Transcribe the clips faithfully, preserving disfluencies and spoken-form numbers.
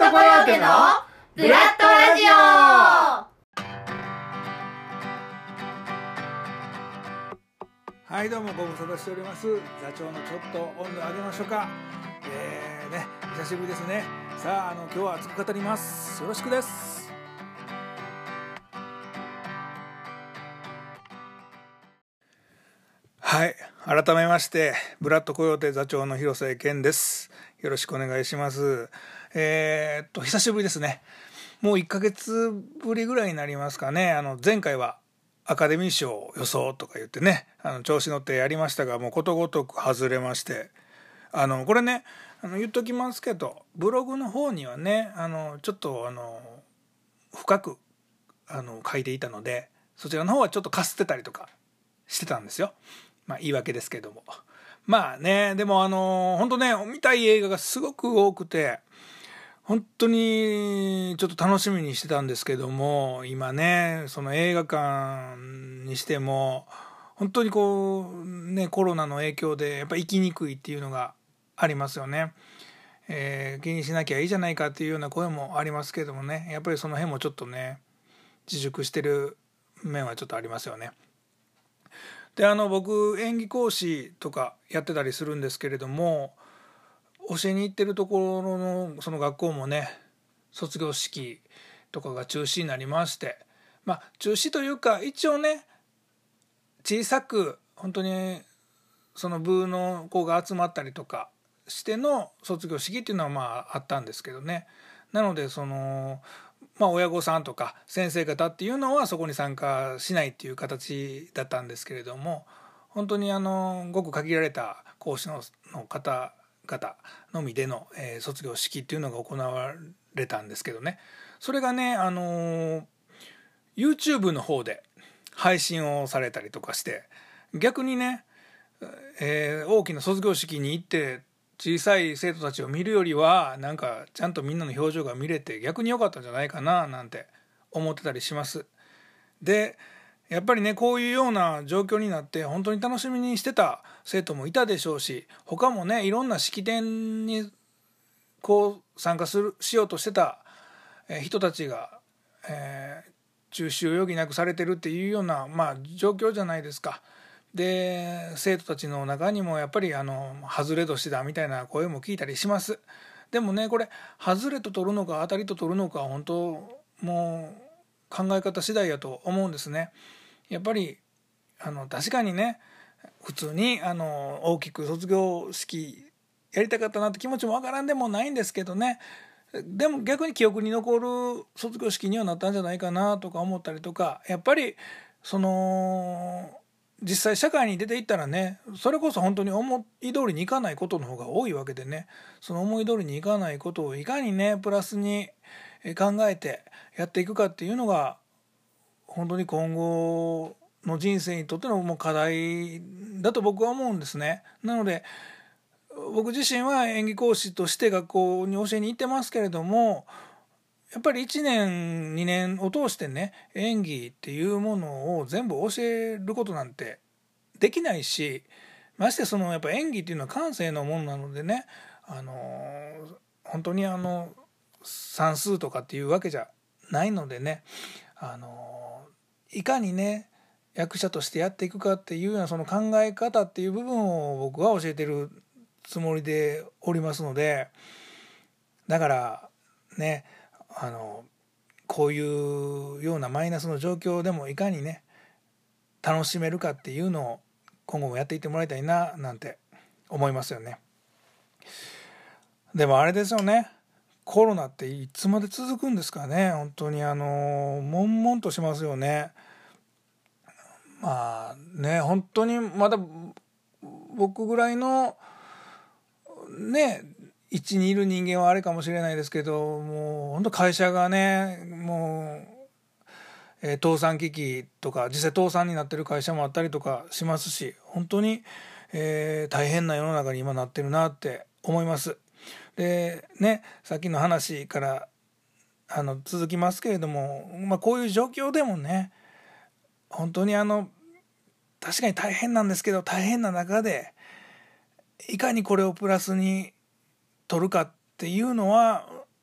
トコヨーテのブラッドラジオ。 はい、どうもご無沙汰しております。座長のちょっと温度上げましょうか。えーね、久しぶりですね。さあ、あの今日は熱く語ります。よろしくです。はい、改めましてブラッドコヨーテ座長の広瀬健です。よろしくお願いします。えー、っと久しぶりですね。もういっかげつぶりぐらいになりますかね。あの前回はアカデミー賞予想とか言ってね、あの調子乗ってやりましたが、もうことごとく外れまして、あのこれね、あの言っときますけど、ブログの方にはね、あのちょっとあの深くあの書いていたので、そちらの方はちょっとかすってたりとかしてたんですよ。まあ言い訳ですけども、まあね、でもあの本当ね、見たい映画がすごく多くて、本当にちょっと楽しみにしてたんですけども、今ね、その映画館にしても本当にこうね、コロナの影響でやっぱ行きにくいっていうのがありますよね。えー、気にしなきゃいいじゃないかっていうような声もありますけどもね、やっぱりその辺もちょっとね、自粛してる面はちょっとありますよね。で、あの僕演技講師とかやってたりするんですけれども、教えに行ってるところのその学校もね、卒業式とかが中止になりまして、まあ中止というか一応ね、小さく本当にその部の子が集まったりとかしての卒業式っていうのはまああったんですけどね。なのでそのまあ親御さんとか先生方っていうのはそこに参加しないっていう形だったんですけれども、本当にあのごく限られた講師の方々のみでの、えー、卒業式っていうのが行われたんですけどね、それがね、あのー、YouTube の方で配信をされたりとかして、逆にね、えー、大きな卒業式に行って小さい生徒たちを見るよりは、なんかちゃんとみんなの表情が見れて逆に良かったんじゃないかななんて思ってたりします。でやっぱりね、こういうような状況になって本当に楽しみにしてた生徒もいたでしょうし、他もね、いろんな式典にこう参加するしようとしてた人たちが、えー、中止を余儀なくされてるっていうような、まあ、状況じゃないですか。で生徒たちの中にもやっぱりあの外れ年だみたいな声も聞いたりします。でもね、これ外れと取るのか当たりと取るのか、本当もう考え方次第やと思うんですね。やっぱりあの確かにね、普通にあの大きく卒業式やりたかったなって気持ちもわからんでもないんですけどね、でも逆に記憶に残る卒業式にはなったんじゃないかなとか思ったりとか、やっぱりその実際社会に出ていったらね、それこそ本当に思い通りにいかないことの方が多いわけでね、その思い通りにいかないことをいかにねプラスに考えてやっていくかっていうのが本当に今後の人生にとってのもう課題だと僕は思うんですね。なので僕自身は演技講師として学校に教えに行ってますけれども、やっぱりいちねんにねんを通してね、演技っていうものを全部教えることなんてできないし、ましてそのやっぱ演技っていうのは感性のものなのでね、あの本当にあの算数とかっていうわけじゃないのでね、あのいかにね役者としてやっていくかっていうようなその考え方っていう部分を僕は教えてるつもりでおりますので、だからね、あのこういうようなマイナスの状況でもいかにね楽しめるかっていうのを今後もやっていってもらいたいななんて思いますよね。でもあれですよね、コロナっていつまで続くんですかね。本当にあの悶々としますよね。まあね、本当にまだ僕ぐらいのね位置にいる人間はあれかもしれないですけど、もう本当会社がね、もう、えー、倒産危機とか実際倒産になってる会社もあったりとかしますし、本当に、えー、大変な世の中に今なってるなって思います。でね、さっきの話からあの続きますけれども、まあ、こういう状況でもね、本当にあの確かに大変なんですけど、大変な中でいかにこれをプラスに取るかっていうのは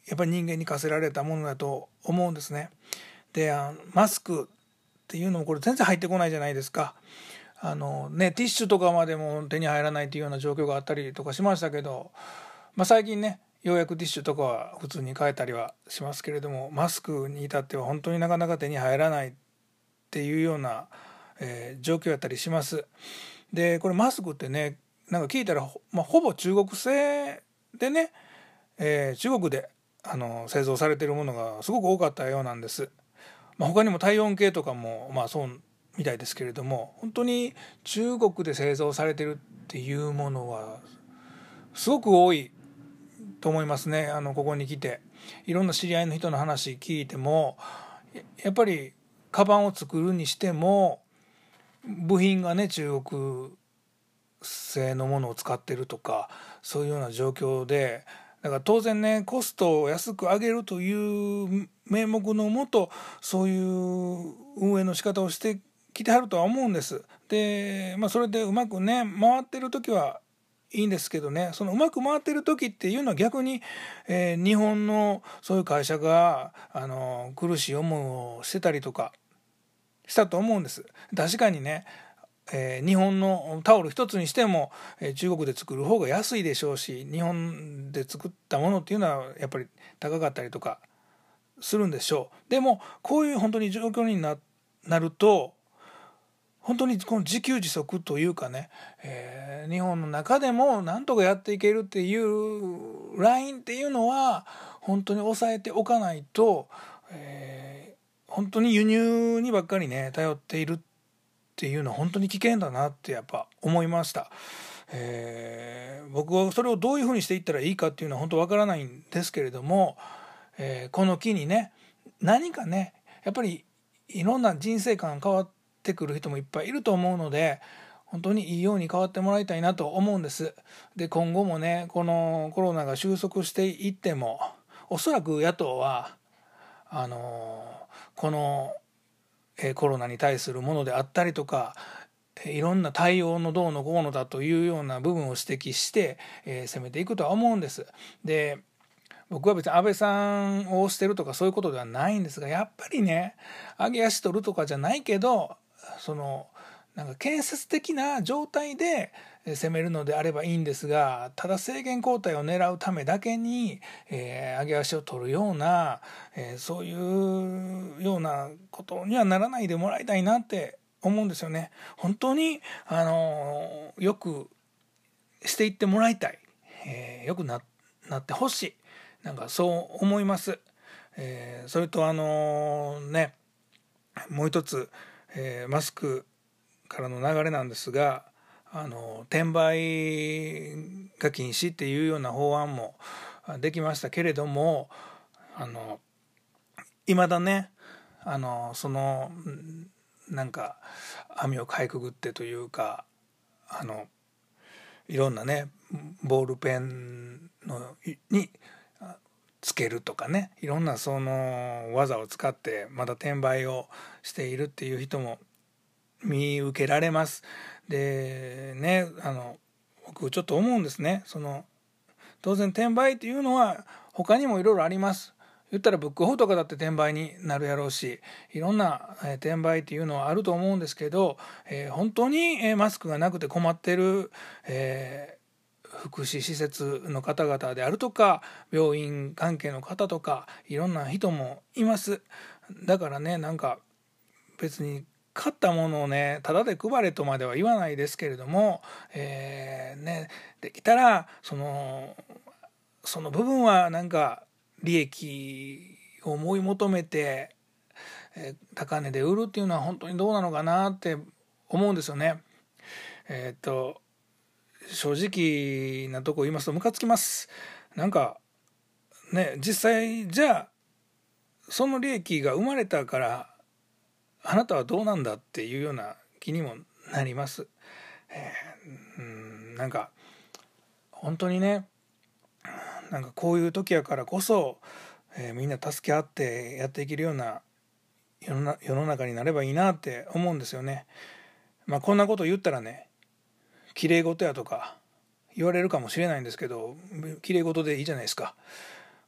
やっぱり人間に課せられたものだと思うんですね。であのマスクっていうのもこれ全然入ってこないじゃないですか。あのね、ティッシュとかまでも手に入らないというような状況があったりとかしましたけど、まあ、最近ねようやくティッシュとかは普通に買えたりはしますけれども、マスクに至っては本当になかなか手に入らないっていうような、えー、状況やったりします。でこれマスクってね、なんか聞いたら ほ,、まあ、ほぼ中国製でね、えー、中国であの製造されているものがすごく多かったようなんです。まあ、他にも体温計とかもまあそうみたいですけれども、本当に中国で製造されてるっていうものはすごく多いと思いますね。あのここに来ていろんな知り合いの人の話聞いても、やっぱりカバンを作るにしても部品がね中国製のものを使ってるとか、そういうような状況で、だから当然ねコストを安く上げるという名目のもとそういう運営の仕方をしてきてはるとは思うんです。で、まあ、それでうまくね回ってる時はいいんですけどね、そのうまく回ってる時っていうのは逆に、えー、日本のそういう会社があの苦しい思いをしてたりとかしたと思うんです。確かにね、えー、日本のタオル一つにしても、えー、中国で作る方が安いでしょうし、日本で作ったものっていうのはやっぱり高かったりとかするんでしょう。でもこういう本当に状況に な, なると本当にこの自給自足というかね、えー、日本の中でもなんとかやっていけるっていうラインっていうのは本当に抑えておかないと、えー、本当に輸入にばっかりね頼っているっていうのは本当に危険だなってやっぱ思いました。えー、僕はそれをどういうふうにしていったらいいかっていうのは本当わからないんですけれども、えー、この機にね何かねやっぱりいろんな人生観変わってくる人もいっぱいいると思うので、本当にいいように変わってもらいたいなと思うんです。で今後もねこのコロナが収束していってもおそらく野党はあのこのコロナに対するものであったりとかいろんな対応のどうのこうのだというような部分を指摘して、えー、攻めていくとは思うんです。で僕は別に安倍さんを推してるとかそういうことではないんですが、やっぱりね上げ足取るとかじゃないけど、そのなんか建設的な状態で攻めるのであればいいんですが、ただ政権交代を狙うためだけに、えー、上げ足を取るような、えー、そういうようなことにはならないでもらいたいなって思うんですよね。本当にあのよくしていってもらいたい、えー、よく な, なってほしい、なんかそう思います。えー、それとあのねもう一つ、えー、マスクからの流れなんですが、あの転売が禁止っていうような法案もできましたけれども、あの未だねあのそのなんか網をかいくぐってというか、あのいろんなねボールペンのにつけるとかね、いろんなその技を使ってまだ転売をしているっていう人も見受けられます。でね、あの僕ちょっと思うんですね。その当然転売っていうのは他にもいろいろあります。言ったらブックオフとかだって転売になるやろうし、いろんな、えー、転売っていうのはあると思うんですけど、えー、本当に、えー、マスクがなくて困ってる、えー、福祉施設の方々であるとか病院関係の方とかいろんな人もいます。だからね、なんか別に買ったものをねタダで配れとまでは言わないですけれども、えーね、できたらそのその部分はなんか利益を追い求めて、えー、高値で売るっていうのは本当にどうなのかなって思うんですよね。えー、っと正直なとこ言いますとムカつきます。なんかね実際じゃあその利益が生まれたからあなたはどうなんだっていうような気にもなります。えー、うんなんか本当にね、なんかこういう時やからこそ、えー、みんな助け合ってやっていけるような世のな世の中になればいいなって思うんですよね。まあこんなこと言ったらね綺麗事やとか言われるかもしれないんですけど、綺麗事でいいじゃないですか。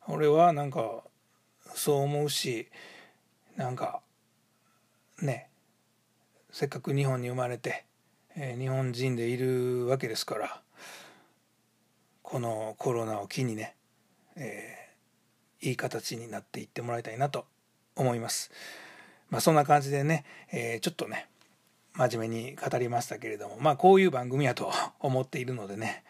俺はなんかそう思うし、なんかね、せっかく日本に生まれて、えー、日本人でいるわけですから、このコロナを機にね、えー、いい形になっていってもらいたいなと思います。まあそんな感じでね、えー、ちょっとね真面目に語りましたけれども、まあこういう番組やと思っているのでね。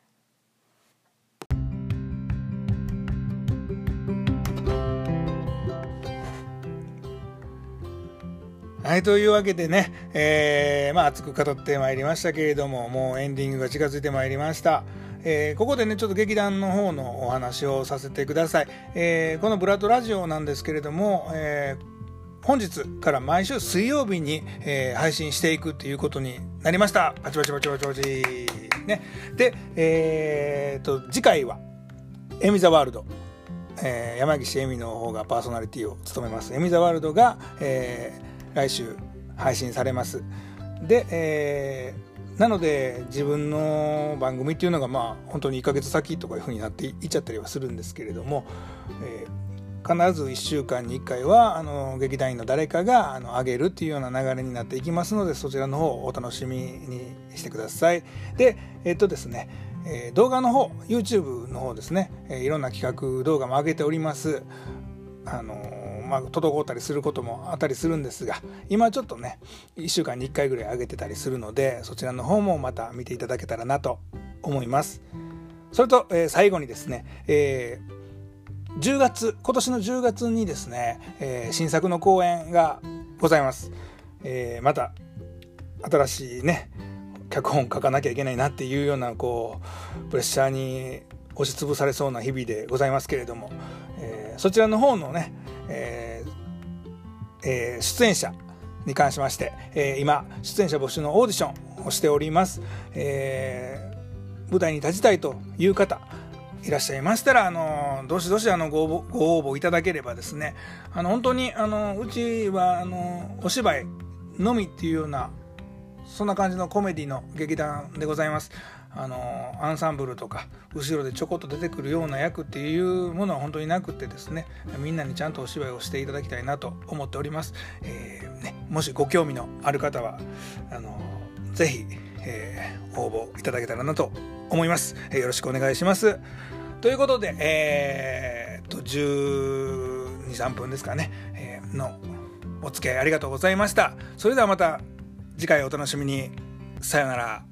はい、というわけでね、えー、まあ熱く語ってまいりましたけれども、もうエンディングが近づいてまいりました。えー、ここでねちょっと劇団の方のお話をさせてください。えー、このブラッドラジオなんですけれども、えー、本日から毎週水曜日に、えー、配信していくということになりました。パチパチパチパチパチね。で、えー、と次回はエミザワールド、えー、山岸恵美の方がパーソナリティを務めます。エミザワールドが、えー、来週配信されます。で、えーなので自分の番組っていうのがまあ本当にいっかげつ先とかいう風になっていっちゃったりはするんですけれども、えー、必ずいっしゅうかんにいっかいはあの劇団員の誰かがあの上げるっていうような流れになっていきますので、そちらの方をお楽しみにしてください。で、えっとですね、えー、動画の方 YouTube の方ですね、えー、いろんな企画動画も上げております。あのーまあ、滞ったりすることもあったりするんですが、今ちょっとねいっしゅうかんにいっかいぐらい上げてたりするので、そちらの方もまた見ていただけたらなと思います。それと、えー、最後にですね、えー、じゅうがつ今年のじゅうがつにですね、えー、新作の公演がございます。えー、また新しいね脚本書かなきゃいけないなっていうようなこうプレッシャーに押しつぶされそうな日々でございますけれども、えー、そちらの方のね、えーえー、出演者に関しまして、えー、今出演者募集のオーディションをしております。えー、舞台に立ちたいという方いらっしゃいましたら、あのどしどしあのご応募、ご応募いただければですね、あの本当にあのうちはあのお芝居のみっていうようなそんな感じのコメディの劇団でございます。あのアンサンブルとか後ろでちょこっと出てくるような役っていうものは本当になくてですね、みんなにちゃんとお芝居をしていただきたいなと思っております。えーね、もしご興味のある方はあのぜひ、えー、応募いただけたらなと思います。えー、よろしくお願いします。ということで、えー、とじゅうに、さんぷんですかね、えー、のお付き合いありがとうございました。それではまた次回お楽しみに。さよなら。